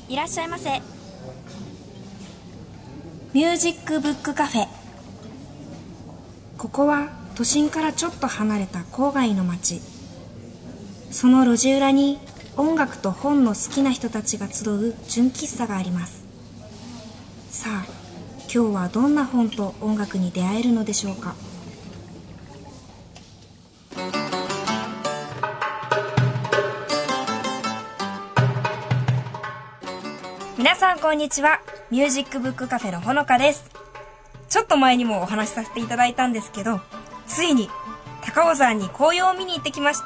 いらっしゃいませ。ミュージックブックカフェ。ここは都心からちょっと離れた郊外の町。その路地裏に音楽と本の好きな人たちが集う純喫茶があります。さあ、今日はどんな本と音楽に出会えるのでしょうか。皆さんこんにちは。ミュージックブックカフェのほのかです。ちょっと前にもお話しさせていただいたんですけど、ついに高尾山に紅葉を見に行ってきました。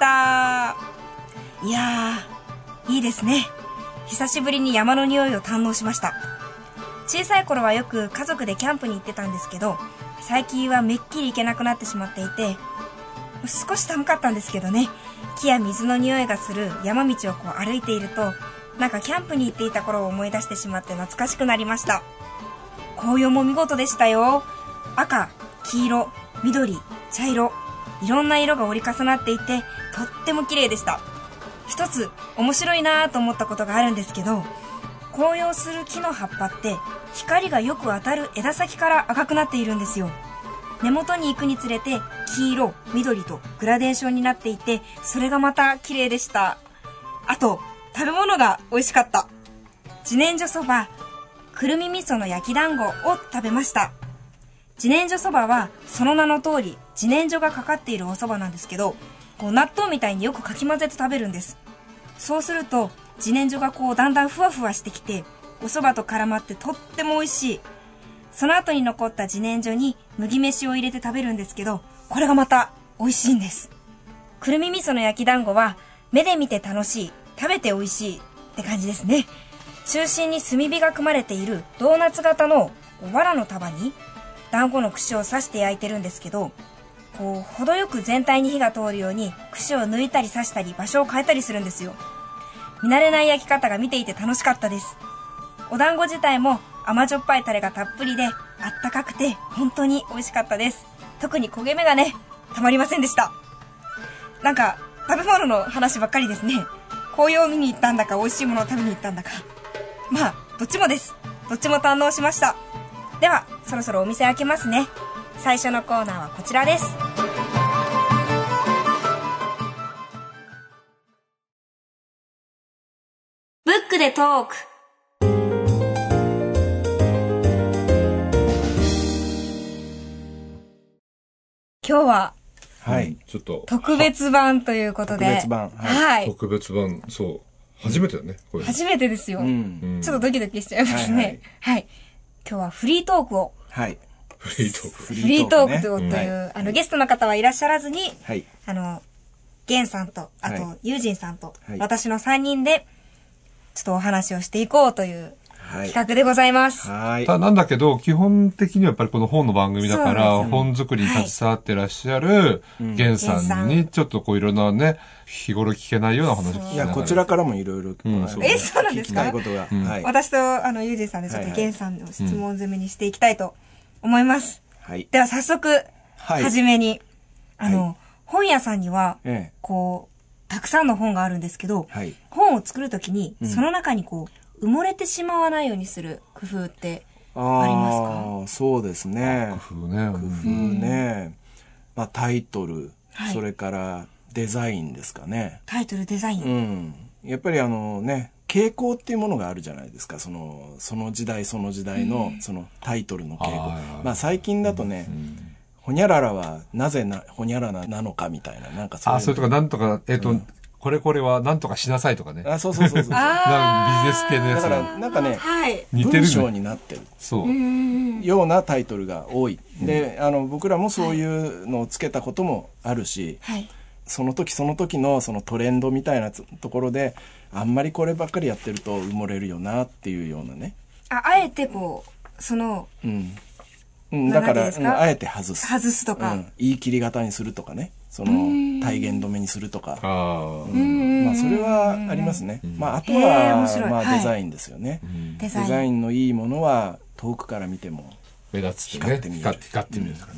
いやー、いいですね。久しぶりに山の匂いを堪能しました。小さい頃はよく家族でキャンプに行ってたんですけど、最近はめっきり行けなくなってしまっていて、少し寒かったんですけどね、木や水の匂いがする山道をこう歩いていると、なんかキャンプに行っていた頃を思い出してしまって懐かしくなりました。紅葉も見事でしたよ。赤、黄色、緑、茶色、いろんな色が折り重なっていて、とっても綺麗でした。一つ面白いなと思ったことがあるんですけど、紅葉する木の葉っぱって光がよく当たる枝先から赤くなっているんですよ。根元に行くにつれて黄色、緑とグラデーションになっていて、それがまた綺麗でした。あと食べ物が美味しかった。自然薯そば、くるみ味噌の焼き団子を食べました。自然薯そばはその名の通り自然薯がかかっているお蕎麦なんですけど、こう納豆みたいによくかき混ぜて食べるんです。そうすると自然薯がこうだんだんふわふわしてきて、お蕎麦と絡まってとっても美味しい。その後に残った自然薯に麦飯を入れて食べるんですけど、これがまた美味しいんです。くるみ味噌の焼き団子は目で見て楽しい、食べて美味しいって感じですね。中心に炭火が組まれているドーナツ型の藁の束に団子の串を刺して焼いてるんですけど、こう程よく全体に火が通るように串を抜いたり刺したり場所を変えたりするんですよ。見慣れない焼き方が見ていて楽しかったです。お団子自体も甘じょっぱいタレがたっぷりであったかくて本当に美味しかったです。特に焦げ目がね、たまりませんでした。なんか食べ物の話ばっかりですね。紅葉を見に行ったんだか美味しいものを食べに行ったんだか、まあどっちもです。どっちも堪能しました。ではそろそろお店開けますね。最初のコーナーはこちらです。ブックでトーク。今日はちょっと特別版ということで。 特別版。 はい。 特別版、そう。初めてだね、これ。 初めてですよ。ちょっとドキドキしちゃいますね。はい。今日はフリートークを。 はい。 フリートーク。 フリートークという、ゲストの方はいらっしゃらずに、ゲンさんと、あと、ユージンさんと、私の3人で、ちょっとお話をしていこうという企画でございます。 なんだけど、基本的にはやっぱりこの本の番組だから、本作りに携わってらっしゃる、ゲンさんに、ちょっとこういろんなね、日頃聞けないような話を聞きながら。 いや、こちらからもいろいろ、 そうなんですか？ 聞きたいことが。 私と、ユージンさんでちょっとゲンさんの質問攻めにしていきたいと思います。では早速、はじめに、本屋さんには、こう、たくさんの本があるんですけど、本を作るときに、その中にこう、埋もれてしまわないようにする工夫ってありますか？ そうですね。 工夫ね。 工夫ね。まあ、タイトル、それからデザインですかね。 タイトル、デザイン。 やっぱり傾向っていうものがあるじゃないですか。その時代その時代の、そのタイトルの傾向。まあ、最近だとね、ほにゃららはなぜほにゃららなのかみたいな、なんかそういう。 それとか、なんとか、これはなんとかしなさいとかね。 そう。ビジネス系のやつ。だから、なんかね、文章になってる。そう。ようなタイトルが多い。で、僕らもそういうのをつけたこともあるし、その時その時のそのトレンドみたいなところで、あんまりこればっかりやってると埋もれるよなっていうようなね。 あえてこう、 だから、あえて外すとか、 言い切り型にするとかね、体言止めにするとか、まあそれはありますね。まああとはまあデザインですよね。デザインのいいものは遠くから見ても目立つってね、光って見えるんですかね。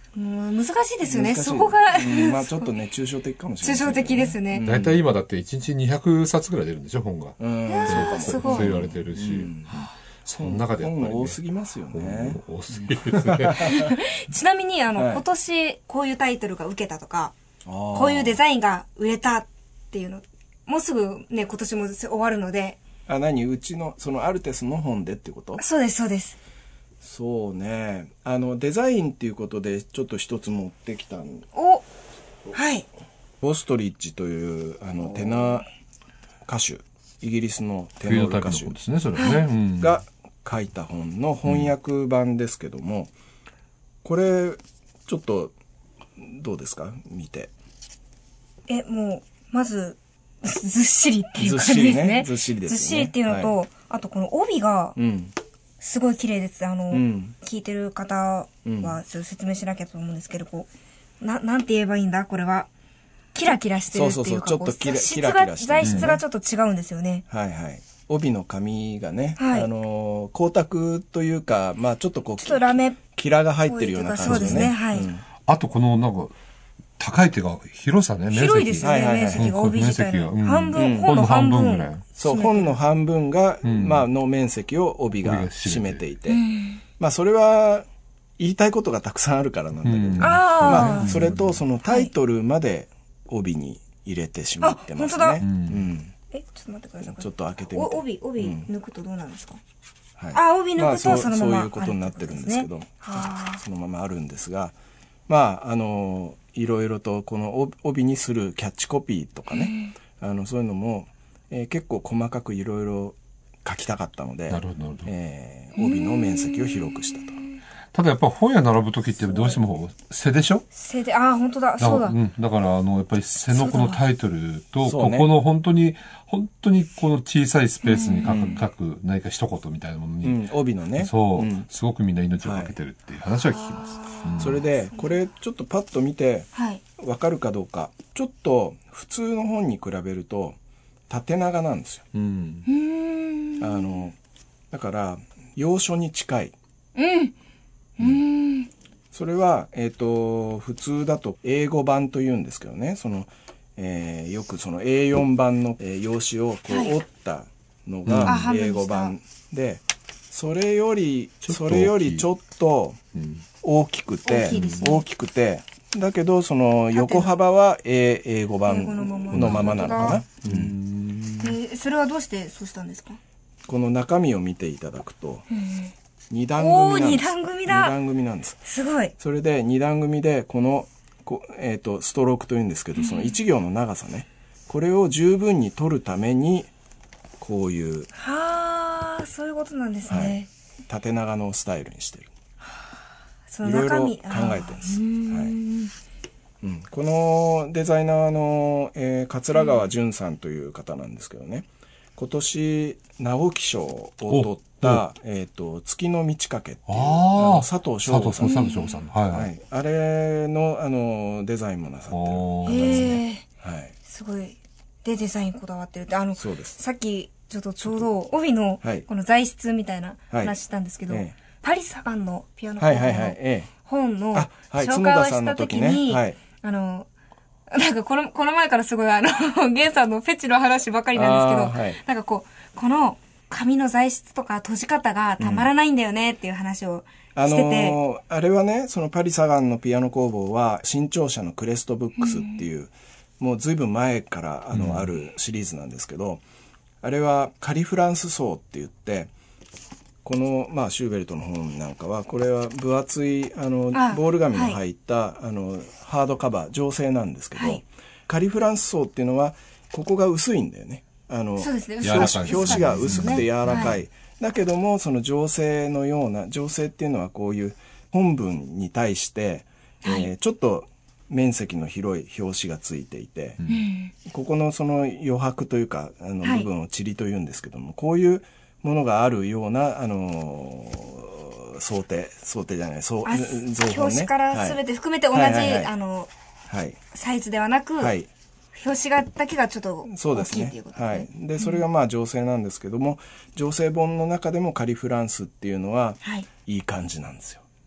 難しいですよね。そこがまあちょっとね、抽象的かもしれない、 抽象的ですね。 だいたい今だって1日200冊ぐらい出るんでしょ、本が。 そうかも。 そう言われてるし。その中でやっぱり、ね、 本多すぎますよね。 多すぎですね。 ちなみに今年こういうタイトルが受けたとか、こういうデザインが売れたっていうの、もうすぐね、今年も終わるので。 うちの、アルテスの本でってこと？ そうです、そうです。 そうね。デザインっていうことでちょっと一つ持ってきたはい。 オーストリッチという、テナー歌手、イギリスのテノール歌手ですね、それね。 が書いた本の翻訳版ですけども、これ、ちょっと、どうですか？見て。 もう、まず、ずっしりっていう感じですね。 ずっしりですね。 ずっしりっていうのと、あとこの帯が、すごい綺麗です。聞いてる方は、ちょっと説明しなきゃと思うんですけど、なんて言えばいいんだこれは。キラキラしてるっていうか、 ちょっとキラキラしてる。 材質がちょっと違うんですよね。 はいはい。帯の紙がね、光沢というか、まあちょっとちょっとラメキラが入ってるような感じでね。 そうですね、はい。 あとこのなんか、高いっていうか、広さね、面積。 広いですよね、面積が、帯自体の。半分、本の半分ぐらい。 そう、本の半分が、まあの面積を帯が占めていて。まあそれは、言いたいことがたくさんあるからなんだけどね。まあ、それとそのタイトルまで帯に入れてしまってますね。 本当だ。ちょっと待ってください。 ちょっと開けてみて。 帯抜くとどうなんですか？帯抜くとそのまま。 そういうことになってるんですけど、そのままあるんですが、まあ、いろいろとこの帯にするキャッチコピーとかね、そういうのも、結構細かくいろいろ書きたかったので、帯の面積を広くしたと。 ただやっぱ本屋並ぶときってどうしても背でしょ？ 背で、本当だ、そうだ。 だからやっぱり背のこのタイトルと、ここの本当にこの小さいスペースに書く何か一言みたいなものに、 帯のね。 そう、すごくみんな命をかけてるっていう話は聞きます。 それで、これちょっとパッと見て、わかるかどうか、ちょっと普通の本に比べると、縦長なんですよ。だから、洋書に近い。それは、普通だと英語版と言うんですけどね、よくその A4 版の用紙をこう折ったのが英語版で、それよりちょっと大きくて、だけどその横幅は英語版のままなのかな。 それはどうしてそうしたんですか？ この中身を見ていただくと、二段組なんです。 すごい。 それで二段組でストロークというんですけど、その一行の長さね、これを十分に取るためにこういうそういうことなんですね。 縦長のスタイルにしてる。 いろいろ考えてるんです。このデザイナーの、桂川淳さんという方なんですけどね、今年直木賞を取った月の満ち欠けっていう佐藤翔吾さん、あれのデザインもなさってる方ですね。 すごいでデザインこだわってるってそうです。 さっきちょうど帯のこの材質みたいな話したんですけど、パリ・サガンのピアノ工房の本の紹介をした時になんかこの前からすごいゲンさんのフェチの話ばかりなんですけど、なんかこの紙の材質とか閉じ方がたまらないんだよねっていう話をしてて。 あれはね、そのパリ・サガンのピアノ工房は新潮社のクレストブックスっていう、もう随分前からあるシリーズなんですけど、あれはカリフランス層って言って、この、シューベルトの本なんかは、これは分厚い、ボール紙の入った、ハードカバー、醸成なんですけど、カリフランス層っていうのは、ここが薄いんだよね。 そうですね、 表紙が薄くて柔らかい。だけども、その醸成のような、醸成っていうのはこういう本文に対して、ちょっと面積の広い表紙がついていて、ここのその余白というか、部分を塵というんですけども、こういうものがあるような、想定じゃない、造本ね。 表紙から全て含めて同じ、サイズではなく、表紙だけがちょっと大きいっていうことですね。 で、それが醸成なんですけども、醸成本の中でもカリフランスっていうのは、いい感じなんですよ。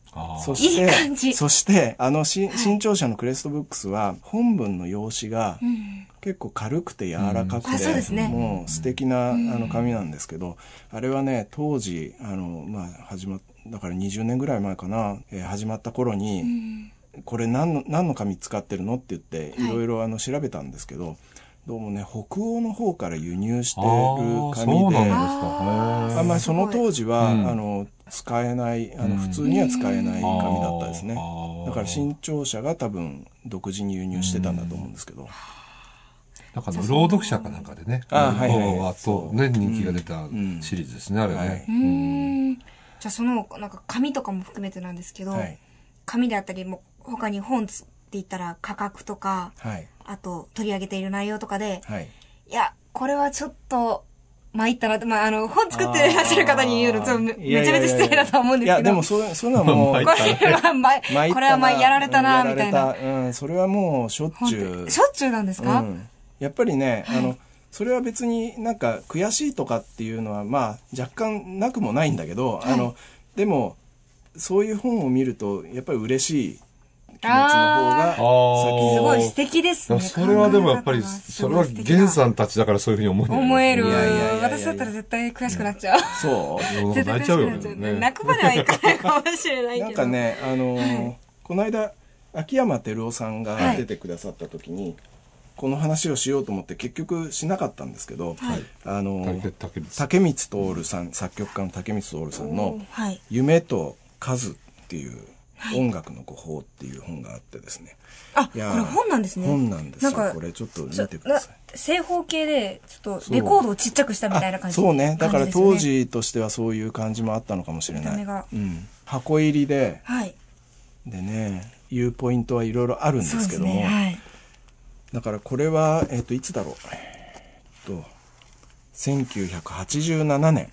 そして、 いい感じ。 そして、新潮社のクレストブックスは、本文の用紙が、結構軽くて柔らかくて、もう素敵な、紙なんですけど、あれはね、当時、だから20年ぐらい前かな、始まった頃に、これ何の紙使ってるのって言って、いろいろ調べたんですけど、どうもね、北欧の方から輸入してる紙で、あんまりその当時は、使えない、普通には使えない紙だったですね。だから新潮社が多分独自に輸入してたんだと思うんですけど。 なんか朗読者かなんかでね、あとね、人気が出たシリーズですね、あれね。 じゃあその、なんか紙とかも含めてなんですけど、紙であったり、も他に本って言ったら価格とか、あと取り上げている内容とかで、いや、これはちょっと、参ったなって、本作っていらっしゃる方に言うの、めちゃめちゃ失礼だと思うんですけど。いや、 でもそういうのはもう、 これはやられたな、みたいな。 それはもうしょっちゅう。 しょっちゅうなんですか？ やっぱりね、それは別になんか悔しいとかっていうのは、若干なくもないんだけど、でも、そういう本を見ると、やっぱり嬉しい。気持ちの方が先に。 すごい素敵ですね。 それはでもやっぱり、それは源さんたちだからそういうふうに思える。私だったら絶対悔しくなっちゃう。 そう絶対泣いちゃうよね。 泣くまではいかないかもしれないけど。 なんかね、この間、秋山照夫さんが出てくださった時に、この話をしようと思って結局しなかったんですけど、竹光徹さん、作曲家の竹光徹さんの、夢と数っていう、音楽の語法っていう本があってですね。 これ本なんですね。 本なんですよ。これちょっと見てください。 正方形で、ちょっとレコードをちっちゃくしたみたいな感じ。 そうね。だから当時としてはそういう感じもあったのかもしれない。箱入りで、でね、いうポイントはいろいろあるんですけども、だからこれは、いつだろう。1987年。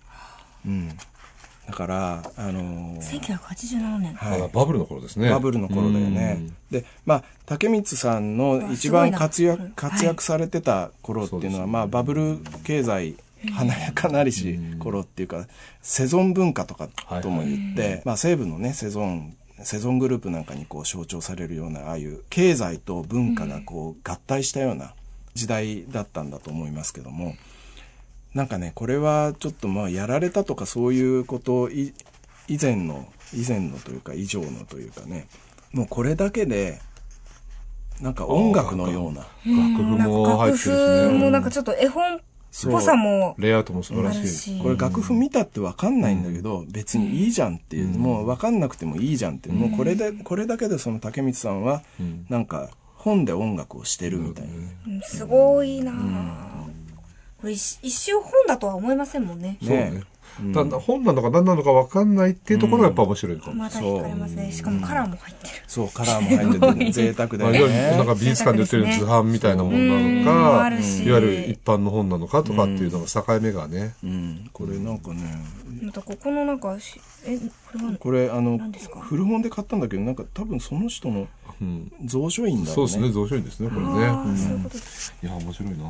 だから、 1987年。 バブルの頃ですね。 バブルの頃だよね。で、竹光さんの一番活躍されてた頃っていうのは、バブル経済華やかなりし頃っていうか、セゾン文化とかとも言って、西部のね、セゾングループなんかにこう象徴されるような、ああいう経済と文化がこう合体したような時代だったんだと思いますけども、なんかね、これはちょっとやられたとかそういうこと以前のというか以上のというかね、もうこれだけでなんか音楽のような楽譜も入ってるしね。 楽譜もなんかちょっと絵本っぽさもレイアウトも素晴らしい。 これ楽譜見たって分かんないんだけど、別にいいじゃんっていう、もう分かんなくてもいいじゃんっていう、もうこれだけでその竹光さんはなんか本で音楽をしてるみたいな。 すごいなぁ。これ一瞬本だとは思いませんもんね。 そうね。本なのか何なのか分かんないっていうところがやっぱ面白いかも。 また惹かれますね。しかもカラーも入ってる。 そう、カラーも入ってる。贅沢だよね。 なんか美術館で売ってる図版みたいなものなのか、いわゆる一般の本なのかとかっていうのが境目がね。 これなんかね。 またここのなんか、 これ古本で買ったんだけど、なんか多分その人の蔵書院だね。 そうですね、蔵書院ですね、これね。いや、面白いな。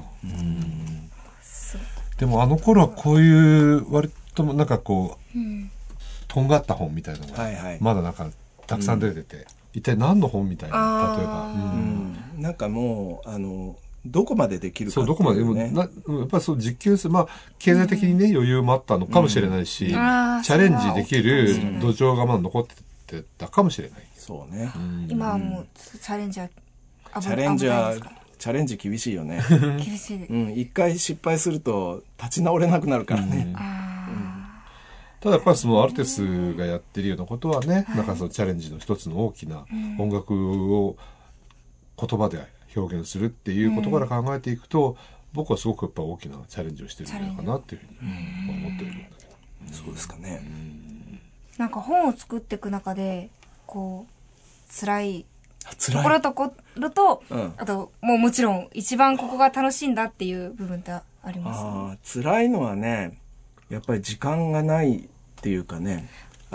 でもあの頃はこういう割となんかこう、とんがった本みたいなのがまだなんかたくさん出てて、一体何の本みたいな、例えば、 なんかもうどこまでできるかっていう、ね、 そうどこまでやっぱりそう実験する、経済的にね余裕もあったのかもしれないし、チャレンジできる土壌が残ってたかもしれない。 そうね。 今はもうチャレンジはチャレンジ厳しいよね。 厳しい。 一回失敗すると立ち直れなくなるからね。 ただやっぱりそのアルテスがやってるようなことはね、なんかそのチャレンジの一つの大きな音楽を言葉で表現するっていうことから考えていくと、僕はすごくやっぱ大きなチャレンジをしてるんじゃないかなっていうふうに思ってるんだけど。 そうですかね。 なんか本を作っていく中でこう辛いところと、あともちろん一番ここが楽しいんだっていう部分ってあります？ 辛いのはね、やっぱり時間がないっていうかね、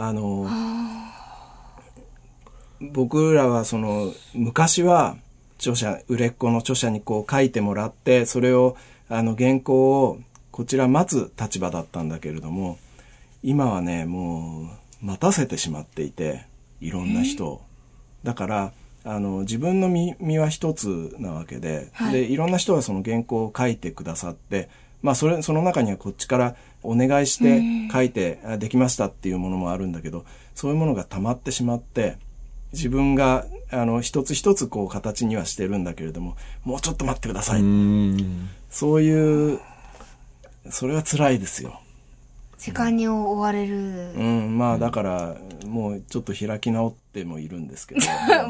僕らはその昔は売れっ子の著者にこう書いてもらって、それを原稿をこちら待つ立場だったんだけれども、今はねもう待たせてしまっていて、いろんな人を。だから自分の身は一つなわけで、はい、でいろんな人がその原稿を書いてくださって、まあその中にはこっちからお願いして書いてできましたっていうものもあるんだけど、そういうものが溜まってしまって、自分が一つ一つこう形にはしてるんだけれども、もうちょっと待ってください。そういうそれは辛いですよ。 時間に追われる。 まあだからもうちょっと開き直ってもいるんですけど、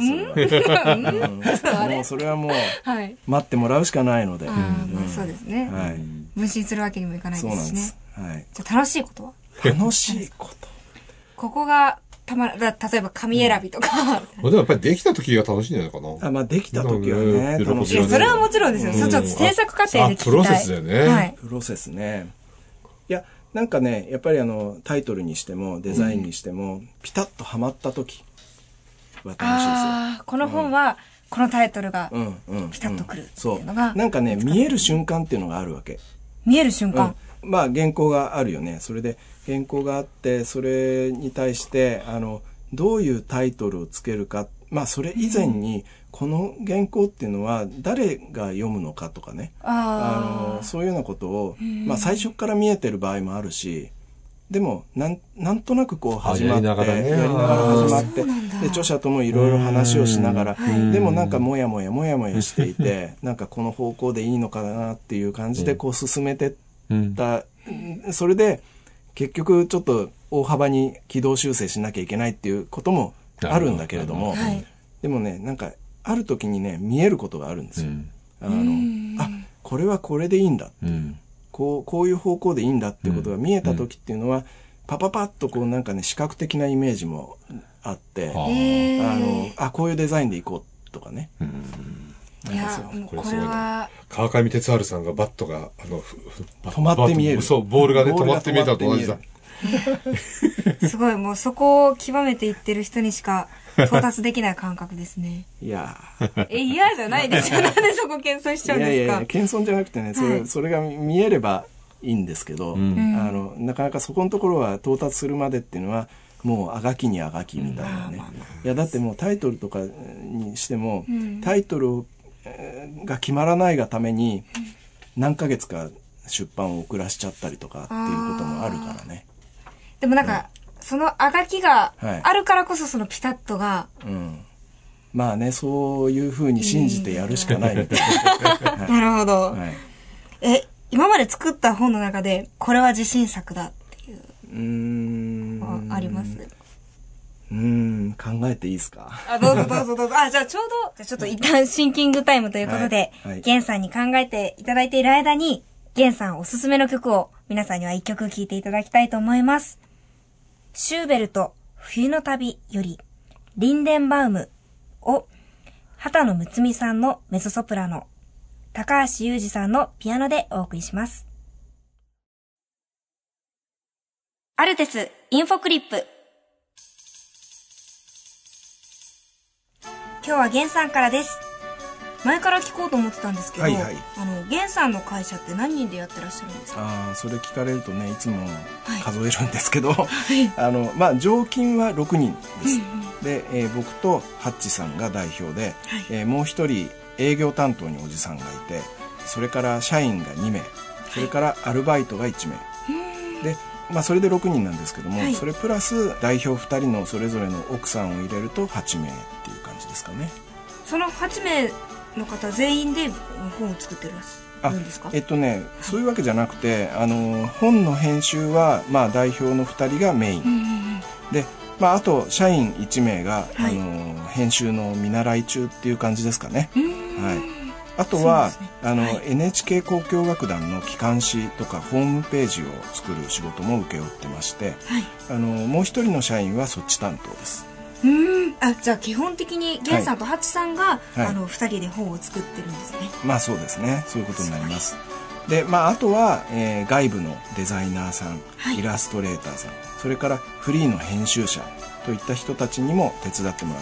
もうそれはもう待ってもらうしかないので。 まあそうですね。はい。分身するわけにもいかないですしね。そうなんです。はい。じゃあ楽しいことは？ 楽しいこと。 ここが例えば紙選びとか。 でもやっぱりできた時が楽しいんじゃないかな。 まあできた時はね、楽しい。 いや、それはもちろんですよ。ちょっと制作過程で聞きたい。 プロセスだよね。 はい。 プロセスね。いや、なんかね、やっぱりタイトルにしてもデザインにしても、ピタッとはまった時は楽しいですよ。 この本は、このタイトルがピタッとくるっていうのが。 なんかね、見える瞬間っていうのがあるわけ。 見える瞬間、 まあ原稿があるよね。それで原稿があって、それに対してどういうタイトルをつけるか、まあそれ以前に、この原稿っていうのは誰が読むのかとかね、そういうようなことを、まあ最初から見えてる場合もあるし、でもなんとなくこう始まってやりながら始まってで著者ともいろいろ話をしながら、でもなんかもやもやしていてなんかこの方向でいいのかなっていう感じでこう進めてった、それで結局ちょっと大幅に軌道修正しなきゃいけないっていうこともあるんだけれども、でもね、なんかある時にね見えることがあるんですよ。これはこれでいいんだ、こういう方向でいいんだっていうことが見えた時っていうのは、パパッとこうなんかね視覚的なイメージもあって、こういうデザインでいこうとかね。 いや、これは川上哲治さんがバットが止まって見える。 そう、ボールがね止まって見えたと同じだ。 すごい、もうそこを極めていってる人にしか到達できない感覚ですね。 いや嫌じゃないですよ。なんでそこ謙遜しちゃうんですか。 いや謙遜じゃなくてね、それが見えればいいんですけど、なかなかそこのところは到達するまでっていうのはもうあがきにあがきみたいなね。いやだってもうタイトルとかにしても、タイトルが決まらないがために何ヶ月か出版を遅らしちゃったりとかっていうこともあるからね。 でもなんか、そのあがきがあるからこそそのピタッとが、 まあね、そういうふうに信じてやるしかないみたいな。なるほど。今まで作った本の中でこれは自信作だっていうあります？ 考えていいですか？ どうぞ。じゃあちょっと一旦シンキングタイムということで、ゲンさんに考えていただいている間に、ゲンさんおすすめの曲を皆さんには一曲聴いていただきたいと思います。シューベルト冬の旅よりリンデンバウムを畑野睦美さんのメゾソプラノ、高橋裕二さんのピアノでお送りします。アルテスインフォクリップ。今日はゲンさんからです。前から聞こうと思ってたんですけど、ゲンさんの会社って何人でやってらっしゃるんですか？ それ聞かれるとね、いつも数えるんですけど、常勤は6人です。で、僕とハッチさんが代表で、もう一人営業担当におじさんがいて、それから社員が2名、それからアルバイトが1名。で、それで6人なんですけども、それプラス代表2人のそれぞれの奥さんを入れると8名っていう感じですかね。 その8名の方全員で本を作ってるんですか？ そういうわけじゃなくて、本の編集は代表の2人がメイン、で、あと社員1名が、編集の見習い中っていう感じですかね。あとは、NHK 交響楽団の機関誌とかホームページを作る仕事も請け負ってまして、もう一人の社員はそっち担当です。 じゃあ基本的にゲンさんとハチさんが、2人で本を作ってるんですね。 そうですね、そういうことになります。で、あとは、外部のデザイナーさん、イラストレーターさん、それからフリーの編集者といった人たちにも手伝ってもらって、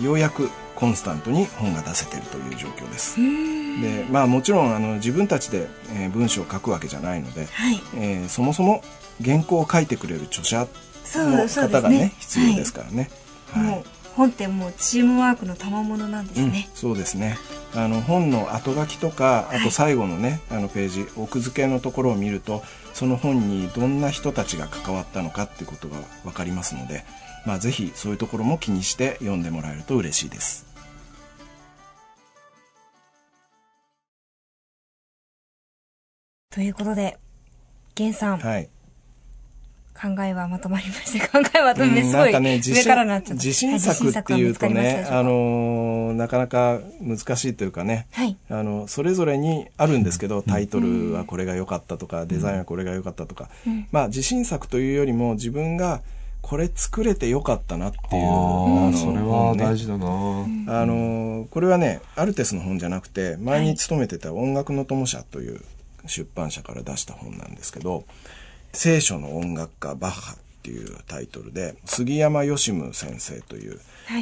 ようやくコンスタントに本が出せているという状況です。で、もちろん自分たちで、文章を書くわけじゃないので、そもそも原稿を書いてくれる著者っの方がね必要ですからね。 もう本ってもうチームワークの賜物なんですね。 そうですね。本の後書きとか、あと最後のね、ページ奥付けのところを見ると、その本にどんな人たちが関わったのかっていうことが分かりますので、ぜひそういうところも気にして読んでもらえると嬉しいです。 ということで、源さん、 はい、 考えはまとまりました。考えはすごい上からなっちゃった。 自信作っていうとね、なかなか難しいというかね、はい、それぞれにあるんですけど、タイトルはこれが良かったとか、デザインはこれが良かったとか、自信作というよりも自分がこれ作れて良かったなっていう、それは大事だな。 これはね、アルテスの本じゃなくて、前に勤めてた音楽の友社という出版社から出した本なんですけど、聖書の音楽家バッハっていうタイトルで、杉山義夢先生という、はい、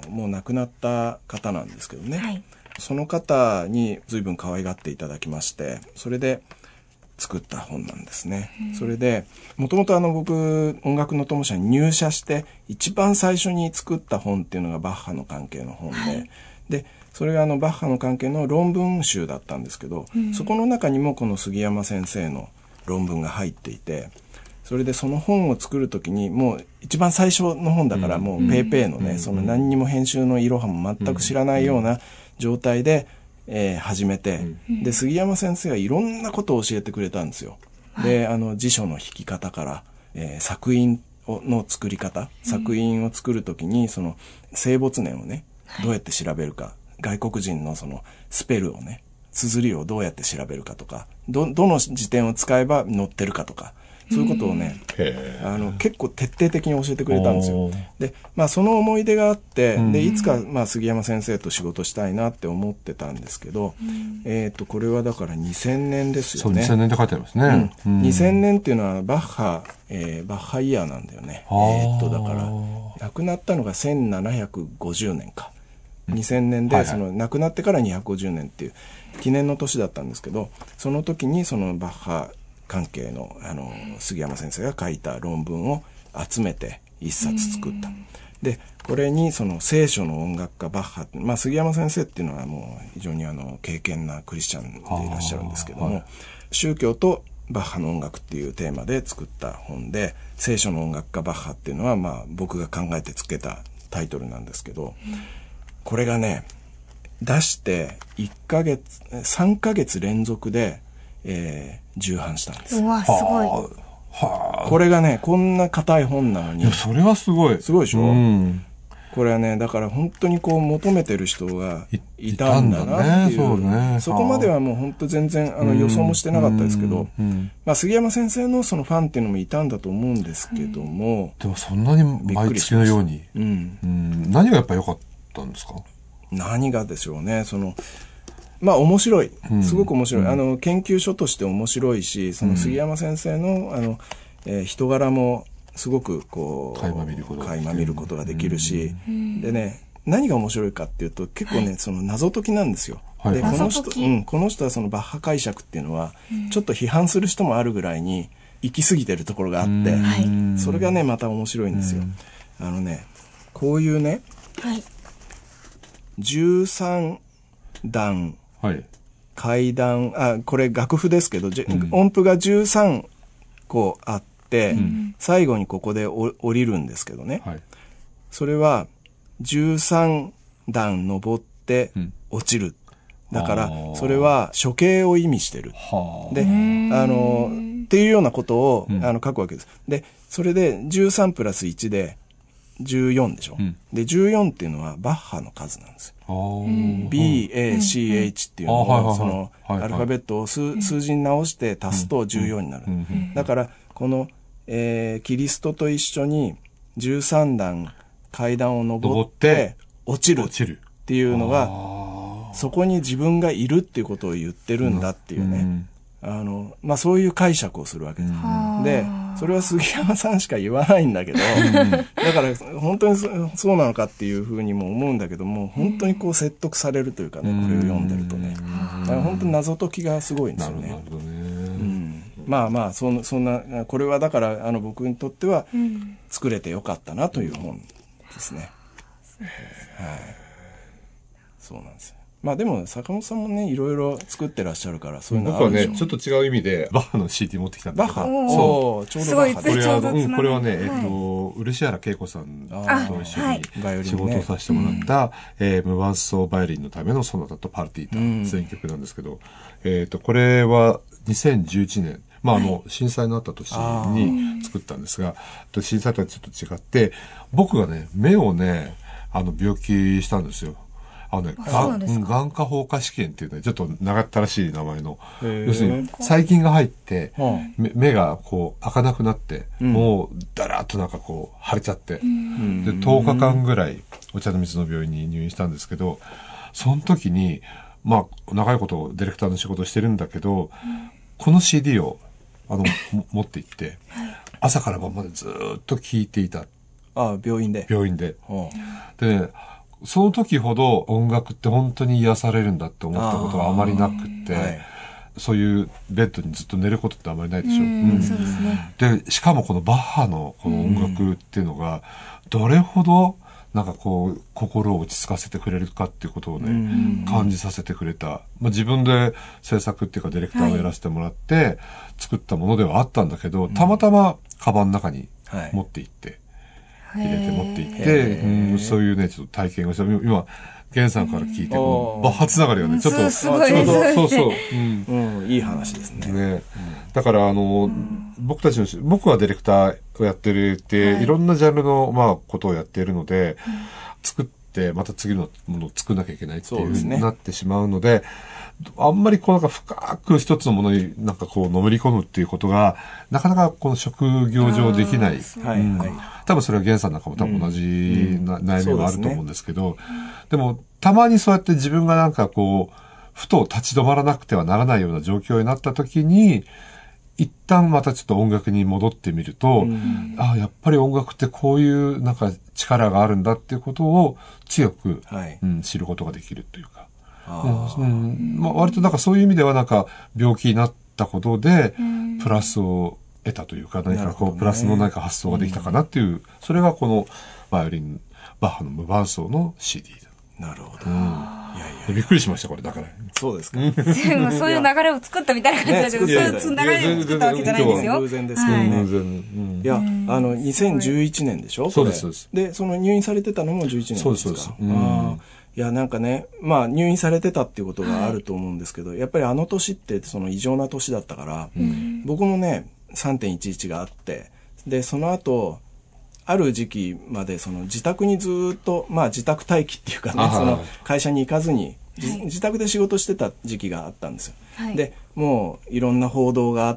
もう亡くなった方なんですけどね、はい、その方に随分可愛がっていただきまして、それで作った本なんですね。それでもともと僕音楽の友社に入社して一番最初に作った本っていうのがバッハの関係の本で、はい、でそれがバッハの関係の論文集だったんですけど、そこの中にもこの杉山先生の論文が入っていて、それでその本を作るときにもう一番最初の本だから、もうペーペーのね、その何にも編集のいろはも全く知らないような状態で、始めて、で杉山先生はいろんなことを教えてくれたんですよ。で辞書の引き方から、作品の作り方、作品を作るときにその生没年をねどうやって調べるか、外国人のそのスペルをね、綴りをどうやって調べるかとか、どの辞典を使えば載ってるかとか、そういうことをね、結構徹底的に教えてくれたんですよ。で、その思い出があって、でいつか杉山先生と仕事したいなって思ってたんですけど、これはだから2000年ですよね。 そう、2000年って書いてありますね。 2000年っていうのはバッハイヤーなんだよね。だから亡くなったのが1750年か。2000年で、その亡くなってから250年っていう記念の年だったんですけど、その時にそのバッハ関係の杉山先生が書いた論文を集めて一冊作った。でこれにその聖書の音楽家バッハ、杉山先生っていうのはもう非常に敬虔なクリスチャンでいらっしゃるんですけども、宗教とバッハの音楽っていうテーマで作った本で、聖書の音楽家バッハっていうのは僕が考えてつけたタイトルなんですけど、これがね出して3ヶ月連続で、重版したんです。 うわ、すごい。 これがねこんな硬い本なのに、 それはすごいでしょ、これはねだから本当にこう求めてる人がいたんだなっていう、そこまではもう本当全然予想もしてなかったですけど、杉山先生のそのファンっていうのもいたんだと思うんですけども、 でもそんなに毎月のように、何がやっぱ良かったんですか？ 何がでしょうね。面白い、すごく面白い、研究所として面白いし、その杉山先生の人柄もすごくこう垣間見ることができるし、でね何が面白いかっていうと結構ね、その謎解きなんですよ。でこの人はそのバッハ解釈っていうのはちょっと批判する人もあるぐらいに行き過ぎてるところがあって、それがねまた面白いんですよ。こういうね、13段階段、これ楽譜ですけど、音符が13個あって、最後にここで降りるんですけどね、それは13段登って落ちる、だからそれは処刑を意味してるで、っていうようなことを書くわけです。でそれで13プラス1で14でしょ、で14っていうのはバッハの数なんですよ。BACH っていうのをそのアルファベットを数字に直して足すと14になる。だからこの、キリストと一緒に13段階段を登って落ちるっていうのが、そこに自分がいるっていうことを言ってるんだっていうね、そういう解釈をするわけです。でそれは杉山さんしか言わないんだけどだから本当にそうなのかっていうふうにも思うんだけども、本当にこう説得されるというかね、これを読んでるとね、だから本当に謎解きがすごいんですよね。 まあまあそんなこれはだから僕にとっては作れてよかったなという本ですね。はい。そうなんですよ。まあでも坂本さんもねいろいろ作ってらっしゃるからそういうのあるでしょ。 僕はねちょっと違う意味でバッハの CD 持ってきたんだけど。 バッハ。そうちょうどバッハで。これはね漆原恵子さんと一緒に仕事をさせてもらった無伴奏バイオリンのためのソナタとパルティータ選曲なんですけど、これは2011年。まあ震災のあった年に作ったんですが、震災とはちょっと違って、僕がね、目をね、病気したんですよ。眼科放火試験っていうね、ちょっと長ったらしい名前の、要するに細菌が入って、目がこう開かなくなって、もうだらっとなんかこう腫れちゃって、で、10日間ぐらいお茶の水の病院に入院したんですけど、その時に、まあ、長いことディレクターの仕事をしてるんだけど、この CD を、持って行って、朝から晩までずっと聴いていた。 ああ、病院で。 病院で。でね、その時ほど音楽って本当に癒されるんだって思ったことはあまりなくって、はい、そういうベッドにずっと寝ることってあまりないでしょ。 そうですね。 で、しかもこのバッハのこの音楽っていうのが、どれほどなんかこう、心を落ち着かせてくれるかっていうことをね、感じさせてくれた。まあ、自分で制作っていうかディレクターをやらせてもらって、作ったものではあったんだけど、たまたまカバンの中に持って行って、入れて持って行って、そういうね、ちょっと体験をした。今、源さんから聞いて、このバッハつながりはね、ちょっと、 すごいですね。 そうそう。 いい話ですね。 だから、僕はディレクターをやってるって、いろんなジャンルの、まあ、ことをやっているので、作って、また次のものを作んなきゃいけないっていう風になってしまうので、あんまりこうなんか深く一つのものになんかこうのめり込むっていうことが、なかなかこの職業上できない。多分それは源さんなんかも多分同じ悩みがあると思うんですけど、でもたまにそうやって自分がなんかこう、ふと立ち止まらなくてはならないような状況になった時に、一旦またちょっと音楽に戻ってみると、やっぱり音楽ってこういうなんか力があるんだっていうことを強く、知ることができるというか。まあ、割となんかそういう意味ではなんか病気になったことでプラスを得たというか、何かこうプラスの何か発想ができたかなっていう、それがこのバイオリンバッハの無伴奏の CD だ。なるほど。 びっくりしましたこれだから。 そうですか。 そういう流れを作ったみたいな感じだけど、そういう流れを作ったわけじゃないんですよ。 偶然ですけどね。いや、2011年でしょ。 そうです。 で、その入院されてたのも11年ですか。 そうです。 いや、なんかね、まあ入院されてたっていうことがあると思うんですけど、やっぱりあの年ってその異常な年だったから、僕もね、3.11 があって、で、その後、ある時期までその自宅にずっと、まあ自宅待機っていうかね、その会社に行かずに、自宅で仕事してた時期があったんですよ。で、もういろんな報道があって、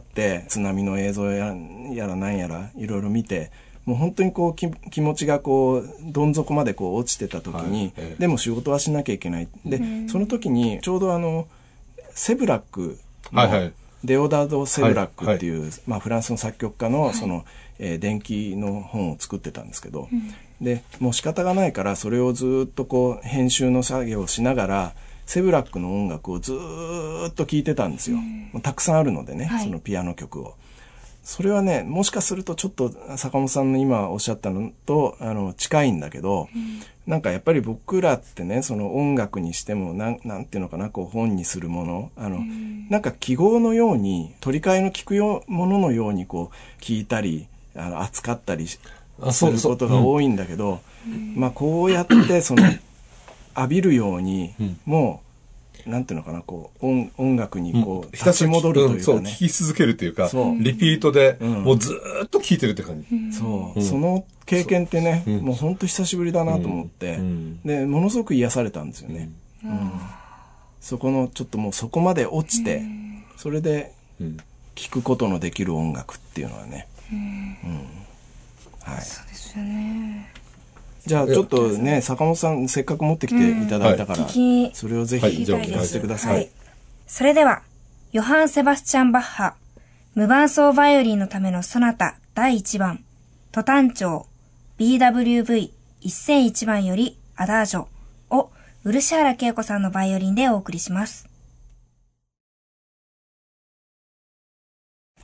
津波の映像やらなんやらいろいろ見て、もう本当にこう気持ちがこうどん底までこう落ちてた時に、でも仕事はしなきゃいけない。で、その時にちょうどセブラックのデオダード・セブラックっていう、まあフランスの作曲家のその、伝記の本を作ってたんですけど、でもう仕方がないからそれをずっとこう編集の作業をしながらセブラックの音楽をずっと聴いてたんですよ。たくさんあるのでね、そのピアノ曲を。それはね、もしかするとちょっと坂本さんの今おっしゃったのと近いんだけど、なんかやっぱり僕らってね、その音楽にしてもなんていうのかな、こう本にするもの、なんか記号のように取り替えの利くもののようにこう聞いたり扱ったりすることが多いんだけど、まあこうやってその浴びるように、もうなんていうのかな、こう音楽にこう立ち戻るというかね、 そう聴き続けるというか、リピートでもうずーっと聴いてるって感じ。 その経験ってね、もう本当久しぶりだなと思って、でものすごく癒されたんですよね。そこのちょっともうそこまで落ちて、それで聴くことのできる音楽っていうのはね、 そうですよね。 じゃあちょっとね、坂本さんせっかく持ってきていただいたから、それをぜひ聞かせてください。 それではヨハン・セバスチャン・バッハ無伴奏バイオリンのためのソナタ第1番ト短調 BWV 1001番よりアダージョを漆原恵子さんのバイオリンでお送りします。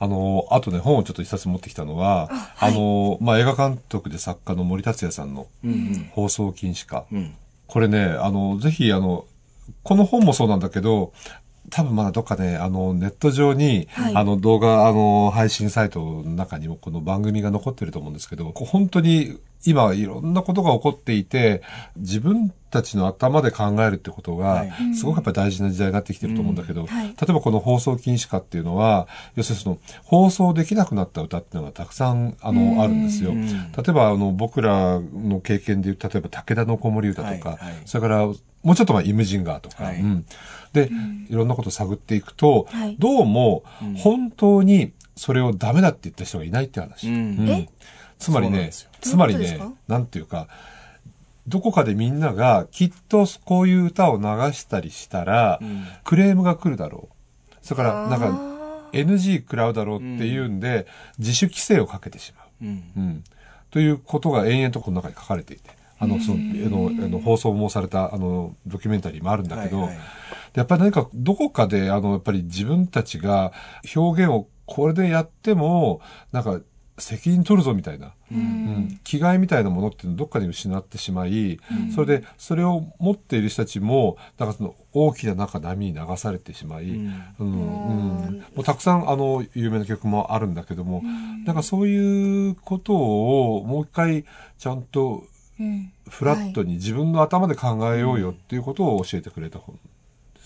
あとね、本をちょっと一冊持ってきたのは、はい、映画監督で作家の森達也さんの、放送禁止化。これね、ぜひ、この本もそうなんだけど、多分まだどっかね、ネット上に、はい、動画、配信サイトの中にもこの番組が残ってると思うんですけど、本当に今いろんなことが起こっていて、自分たちの頭で考えるってことが、すごくやっぱり大事な時代になってきてると思うんだけど、例えばこの放送禁止化っていうのは、要するにその、放送できなくなった歌っていうのがたくさん、あるんですよ。例えば、僕らの経験で言う、例えば武田の子守歌とか、それから、もうちょっとイムジンガーとか、で、いろんなことを探っていくと、どうも、本当にそれをダメだって言った人がいないって話。つまりね、なんていうか、どこかでみんながきっとこういう歌を流したりしたら、クレームが来るだろう。それから、なんか、NG 食らうだろうっていうんで、自主規制をかけてしまう。ということが延々とこの中に書かれていて。放送もされた、ドキュメンタリーもあるんだけど、やっぱり何か、どこかで、やっぱり自分たちが表現をこれでやっても、なんか、責任取るぞみたいな、気概みたいなものっていうのをどっかに失ってしまい、それで、それを持っている人たちも、なんかその大きな波に流されてしまい、もうたくさん有名な曲もあるんだけども、なんかそういうことをもう一回ちゃんと、フラットに自分の頭で考えようよっていうことを教えてくれた本です。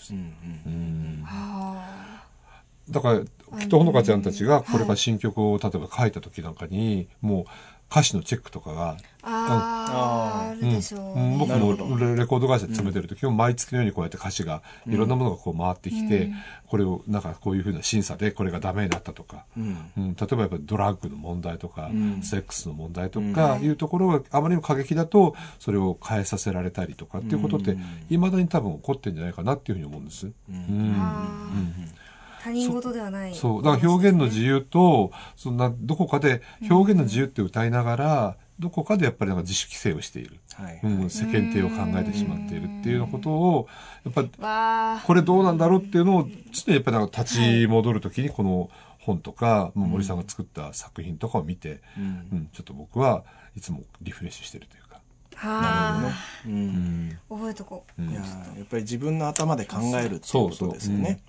だから、きっとほのかちゃんたちがこれから新曲を例えば書いた時なんかに、もう歌詞のチェックとかが、 あるでしょうね。 僕もレコード会社で詰めてる時も毎月のようにこうやって歌詞が、いろんなものがこう回ってきて、これをなんかこういうふうな審査でこれがダメになったとか、例えばやっぱりドラッグの問題とか、セックスの問題とかいうところがあまりにも過激だと、それを変えさせられたりとかっていうことって、未だに多分起こってるんじゃないかなっていうふうに思うんです。 他人事ではない。 そう。だから表現の自由と、そんな、どこかで表現の自由って歌いながら、どこかでやっぱりなんか自主規制をしている。世間体を考えてしまっているっていうようなことを、やっぱり、これどうなんだろうっていうのを、常にやっぱりなんか立ち戻るときにこの本とか、森さんが作った作品とかを見て、ちょっと僕はいつもリフレッシュしてるというか。 なるほどね。覚えとこう。 やっぱり自分の頭で考えるっていうことですよね。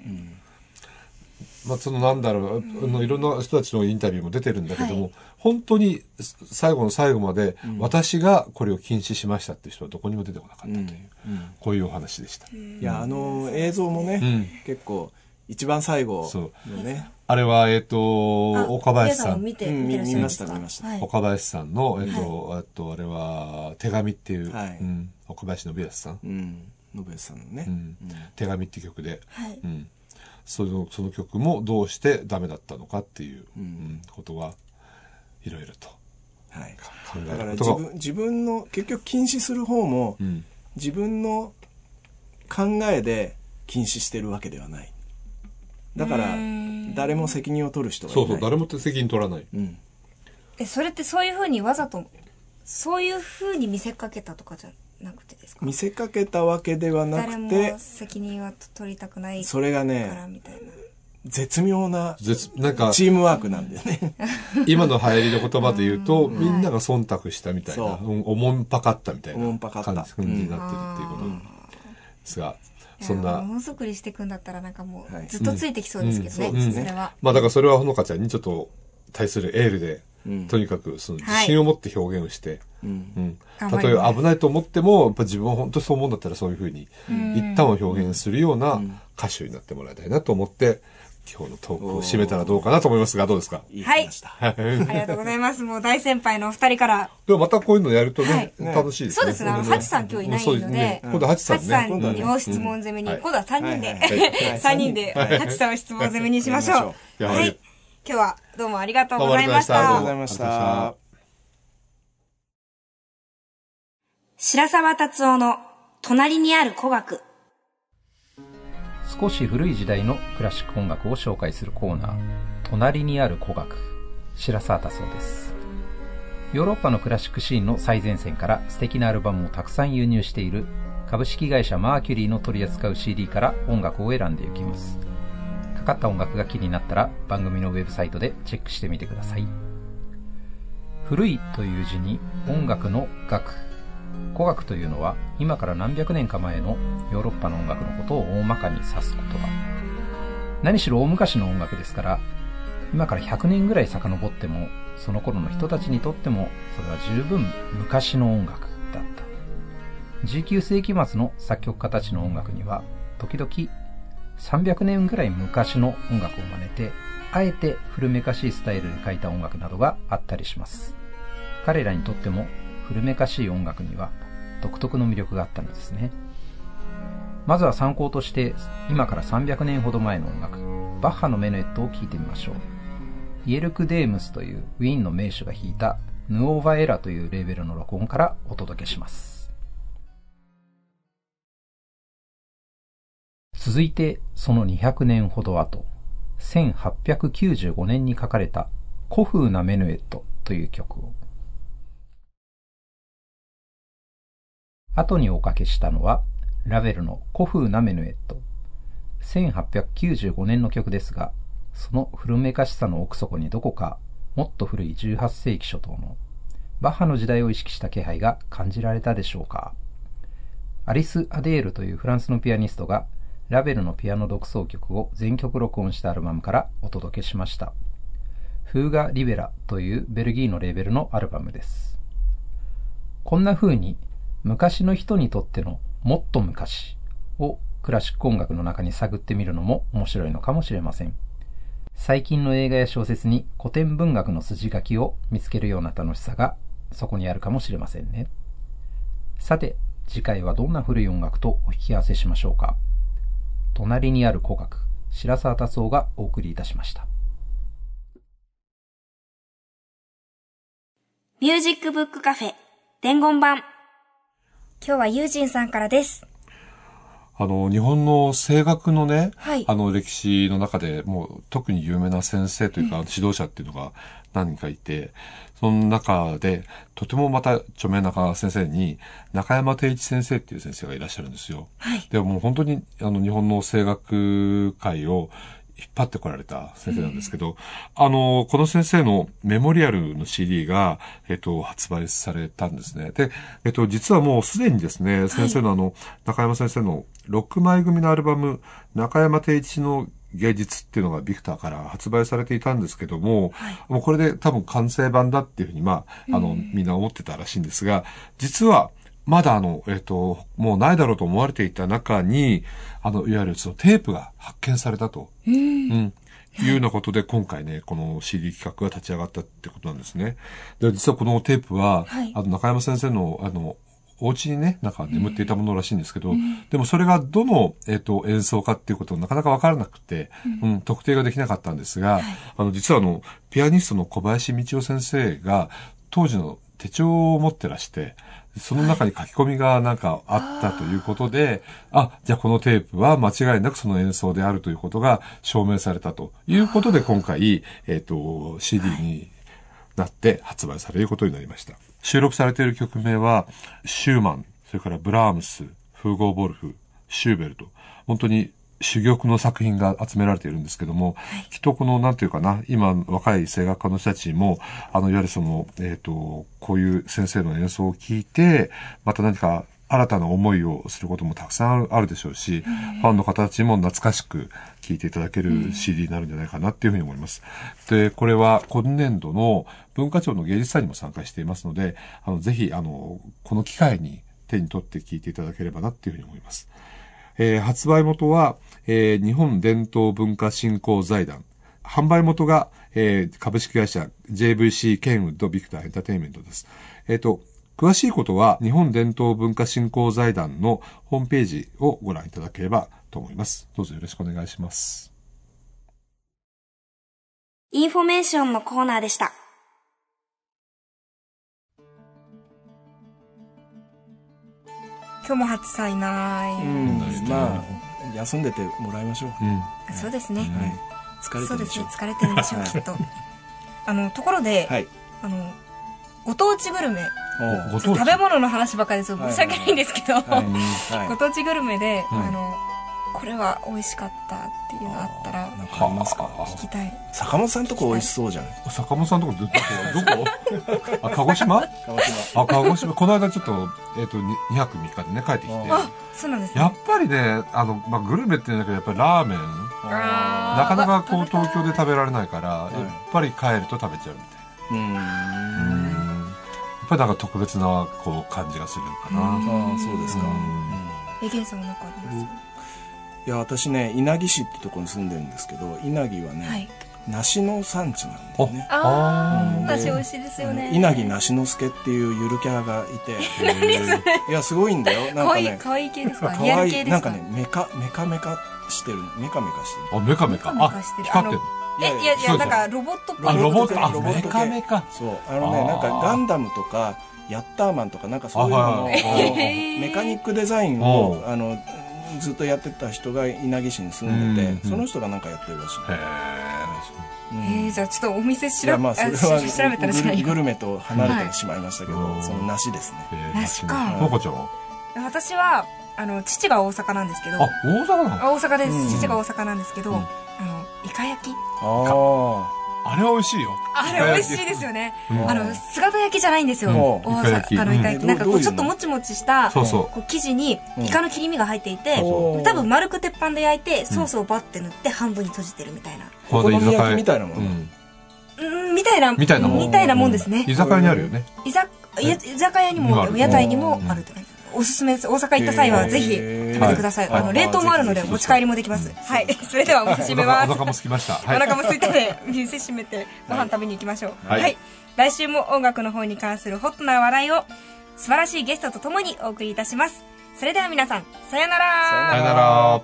そのなんだろう、いろんな人たちのインタビューも出てるんだけども、本当に最後の最後まで、私がこれを禁止しましたっていう人はどこにも出てこなかったという、こういうお話でした。 いや、映像もね、結構、一番最後のね。 あれは、岡林さん。 見ました。 岡林さんの、あれは、手紙っていう、岡林信康さん。 信康さんのね。 手紙っていう曲で。その曲もどうしてダメだったのかっていうことはいろいろと考えることが、 だから自分の結局禁止する方も、自分の考えで禁止してるわけではない。だから誰も責任を取る人がいない。 そう誰も責任取らない。 それってそういうふうにわざとそういうふうに見せかけたとかじゃなくてですか？ 見せかけたわけではなくて、 誰も責任は取りたくないそれがね、絶妙ななんかチームワークなんだよね。 今の流行りの言葉で言うと、みんなが忖度したみたいな、おもんぱかったみたいな感じになってるっていうことですが、そんなものづくりしていくんだったらなんかもうずっとついてきそうですけどね。それはだからそれはほのかちゃんにちょっと対するエールで、とにかくその自信を持って表現をして、たとえ危ないと思っても、やっぱ自分は本当にそう思うんだったらそういうふうに一旦は表現するような歌手になってもらいたいなと思って、今日のトークを締めたらどうかなと思いますが、どうですか？ はい。ありがとうございます。もう大先輩のお二人から。 でもまたこういうのやるとね、楽しいですね。 そうですね。ハチさん今日いないので、 今度ハチさんにも質問攻めに、今度は3人で、3人でハチさんを質問攻めにしましょう。はい。今日はどうもありがとうございました。 ありがとうございました。 白沢達夫の隣にある古楽。 少し古い時代のクラシック音楽を紹介するコーナー、隣にある古楽。白沢達夫です。ヨーロッパのクラシックシーンの最前線から素敵なアルバムをたくさん輸入している株式会社マーキュリーの取り扱う CD から音楽を選んでいきます。 かかった音楽が気になったら番組のウェブサイトでチェックしてみてください。古いという字に音楽の楽、古楽というのは今から何百年か前のヨーロッパの音楽のことを大まかに指す言葉。何しろ大昔の音楽ですから、今から100年ぐらい遡ってもその頃の人たちにとってもそれは十分昔の音楽だった。19世紀末の作曲家たちの音楽には時々300年ぐらい昔の音楽を真似て、あえて古めかしいスタイルで書いた音楽などがあったりします。彼らにとっても古めかしい音楽には独特の魅力があったのですね。まずは参考として今から300年ほど前の音楽、バッハのメヌエットを聴いてみましょう。イエルク・デームスというウィーンの名手が弾いたヌオーヴァエラというレーベルの録音からお届けします。続いてその200年ほど後、1895年に書かれた古風なメヌエットという曲を。後におかけしたのはラヴェルの古風なメヌエット。1895年の曲ですが、その古めかしさの奥底にどこかもっと古い18世紀初頭のバッハの時代を意識した気配が感じられたでしょうか。アリス・アデールというフランスのピアニストがラヴェルのピアノ独奏曲を全曲録音したアルバムからお届けしました。フーガ・リベラというベルギーのレーベルのアルバムです。こんな風に昔の人にとってのもっと昔をクラシック音楽の中に探ってみるのも面白いのかもしれません。最近の映画や小説に古典文学の筋書きを見つけるような楽しさがそこにあるかもしれませんね。さて、次回はどんな古い音楽とお引き合わせしましょうか。隣にある古楽、白沢達夫がお送りいたしました。 ミュージックブックカフェ伝言版。今日はユージンさんからです。 日本の声楽のね、 はい、 歴史の中でもう特に有名な先生というか、指導者っていうのが何人かいて、その中でとてもまた著名な先生に中山貞一先生っていう先生がいらっしゃるんですよ。 はい、 でもう本当に日本の声楽界を引っ張ってこられた先生なんですけど、この先生のメモリアルの CD が、発売されたんですね。で、実はもうすでにですね、先生の中山先生の6枚組のアルバム、中山貞一の芸術っていうのがビクターから発売されていたんですけども、もうこれで多分完成版だっていうふうに、みんな思ってたらしいんですが、実は、まだもうないだろうと思われていた中に、いわゆるそのテープが発見されたと。いうようなことで、今回ね、この CD 企画が立ち上がったってことなんですね。で、実はこのテープは、中山先生の、お家にね、なんか眠っていたものらしいんですけど、でもそれがどの、演奏かっていうことはなかなかわからなくて、特定ができなかったんですが、実はピアニストの小林道夫先生が、当時の手帳を持ってらして、その中に書き込みがなんかあったということで、じゃあこのテープは間違いなくその演奏であるということが証明されたということで、今回、CD になって発売されることになりました。収録されている曲名は、シューマン、それからブラームス、フーゴーボルフ、シューベルト、本当に珠玉の作品が集められているんですけども、きっとこの、なんていうかな、今、若い声楽家の人たちも、いわゆるこういう先生の演奏を聞いて、また何か新たな思いをすることもたくさんあるでしょうし、ファンの方たちも懐かしく聴いていただける CD になるんじゃないかなっていうふうに思います。で、これは今年度の文化庁の芸術祭にも参加していますので、ぜひ、この機会に手に取って聴いていただければなっていうふうに思います。発売元は、日本伝統文化振興財団。販売元が、株式会社 JVC ケンウッドビクターエンターテインメントです。詳しいことは日本伝統文化振興財団のホームページをご覧いただければと思います。どうぞよろしくお願いします。 インフォメーションのコーナーでした。今日も初祭ない。 休んでてもらいましょう。 そうですね。 疲れてるでしょう。 疲れてるんでしょうきっと。ところで、ご当地グルメ。食べ物の話ばかりで申し訳ないんですけど、ご当地グルメで、 これは美味しかったっていうのあったらなんかありますか？ 聞きたい。 坂本さんとこ美味しそうじゃん。 坂本さんとこどこあ、鹿児島？鹿児島。この間ちょっと2泊3日でね帰ってきて。 あ、そうなんですね。 やっぱりね、グルメっていうんだけど、やっぱりラーメンなかなかこう東京で食べられないから、やっぱり帰ると食べちゃうみたいな。やっぱりなんか特別なこう感じがするかな。 ああ、そうですか。 源さんは何かあります？ いや、私ね、稲城市ってとこに住んでるんですけど、稲城はね、梨の産地なんだよね。 梨美味しいですよね。 稲城梨之助っていうゆるキャラがいて、いや、すごいんだよ。なんかね、 かわいい系ですか？リアル系ですか？ なんかね、メカしてる。メカメカしてる。 あ、メカメカ。あ、光ってる。 いや、なんかロボットっぽい。 ロボット、あ、 メカメカ。そう、なんかガンダムとか、ヤッターマンとかなんかそういうののメカニックデザインをずっとやってた人が稲城市に住んでて、その人がなんかやってるらしい。 じゃあちょっとお店調べたらしない。 グルメと離れてしまいましたけど、その梨ですね。 梨か。 のこちゃんは？ 私は父が大阪なんですけど。 あ、大阪なの？ 大阪です。父が大阪なんですけど、イカ焼き。 あれは美味しいよ。 あれ美味しいですよね。姿焼きじゃないんですよ。大阪のイカ焼き。なんかこうちょっともちもちした生地にイカの切り身が入っていて、多分丸く鉄板で焼いてソースをバッて塗って半分に閉じてるみたいな。 お好み焼きみたいなもの。 みたいなもんですね。 居酒屋にあるよね。 居酒屋にも屋台にもあるって感じ。おすすめです。大阪行った際はぜひ食べてください。冷凍もあるので持ち帰りもできます。はい。それではお店閉めます。 お腹も空きました。 お腹も空いたので店閉めてご飯食べに行きましょう。はい。来週も音楽の方に関するホットな話題を素晴らしいゲストとともにお送りいたします。それでは皆さん、さよなら。 さよなら。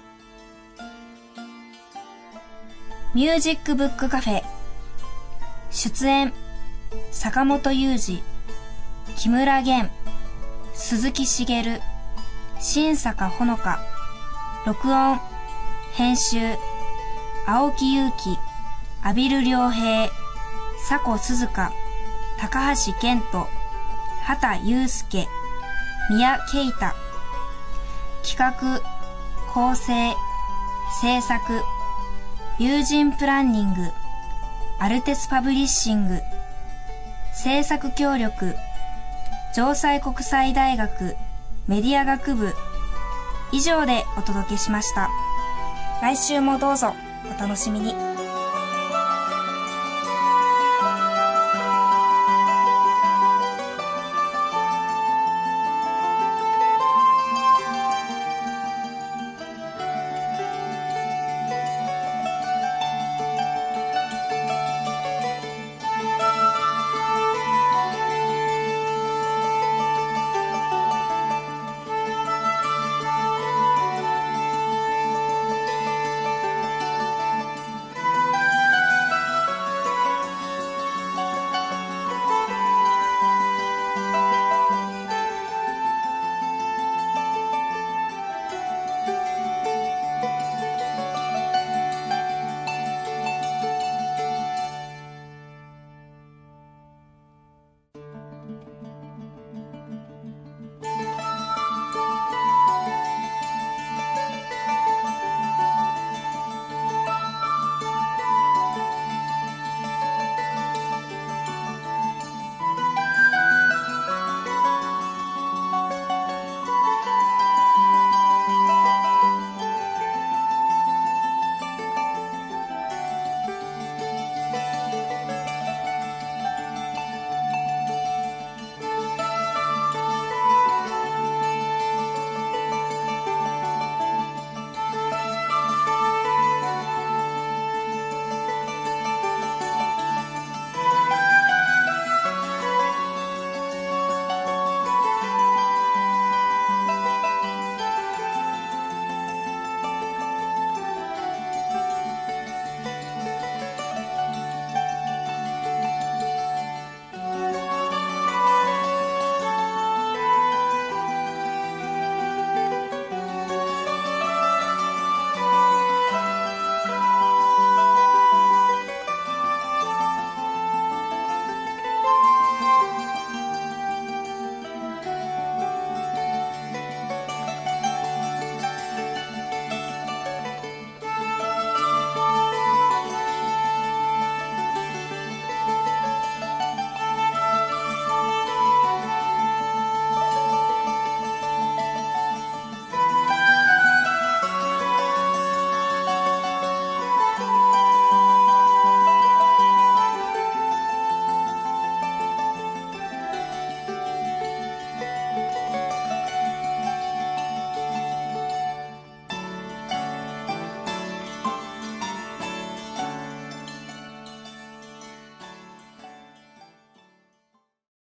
ミュージックブックカフェ。出演、坂本雄二、木村玄、鈴木茂、新坂ほのか、録音、編集、青木祐希、阿比留良平、佐古鈴香、高橋健人、畑祐介、宮慶太、企画、構成、制作、友人プランニング、アルテスパブリッシング、制作協力、城西国際大学メディア学部、以上でお届けしました。来週もどうぞお楽しみに。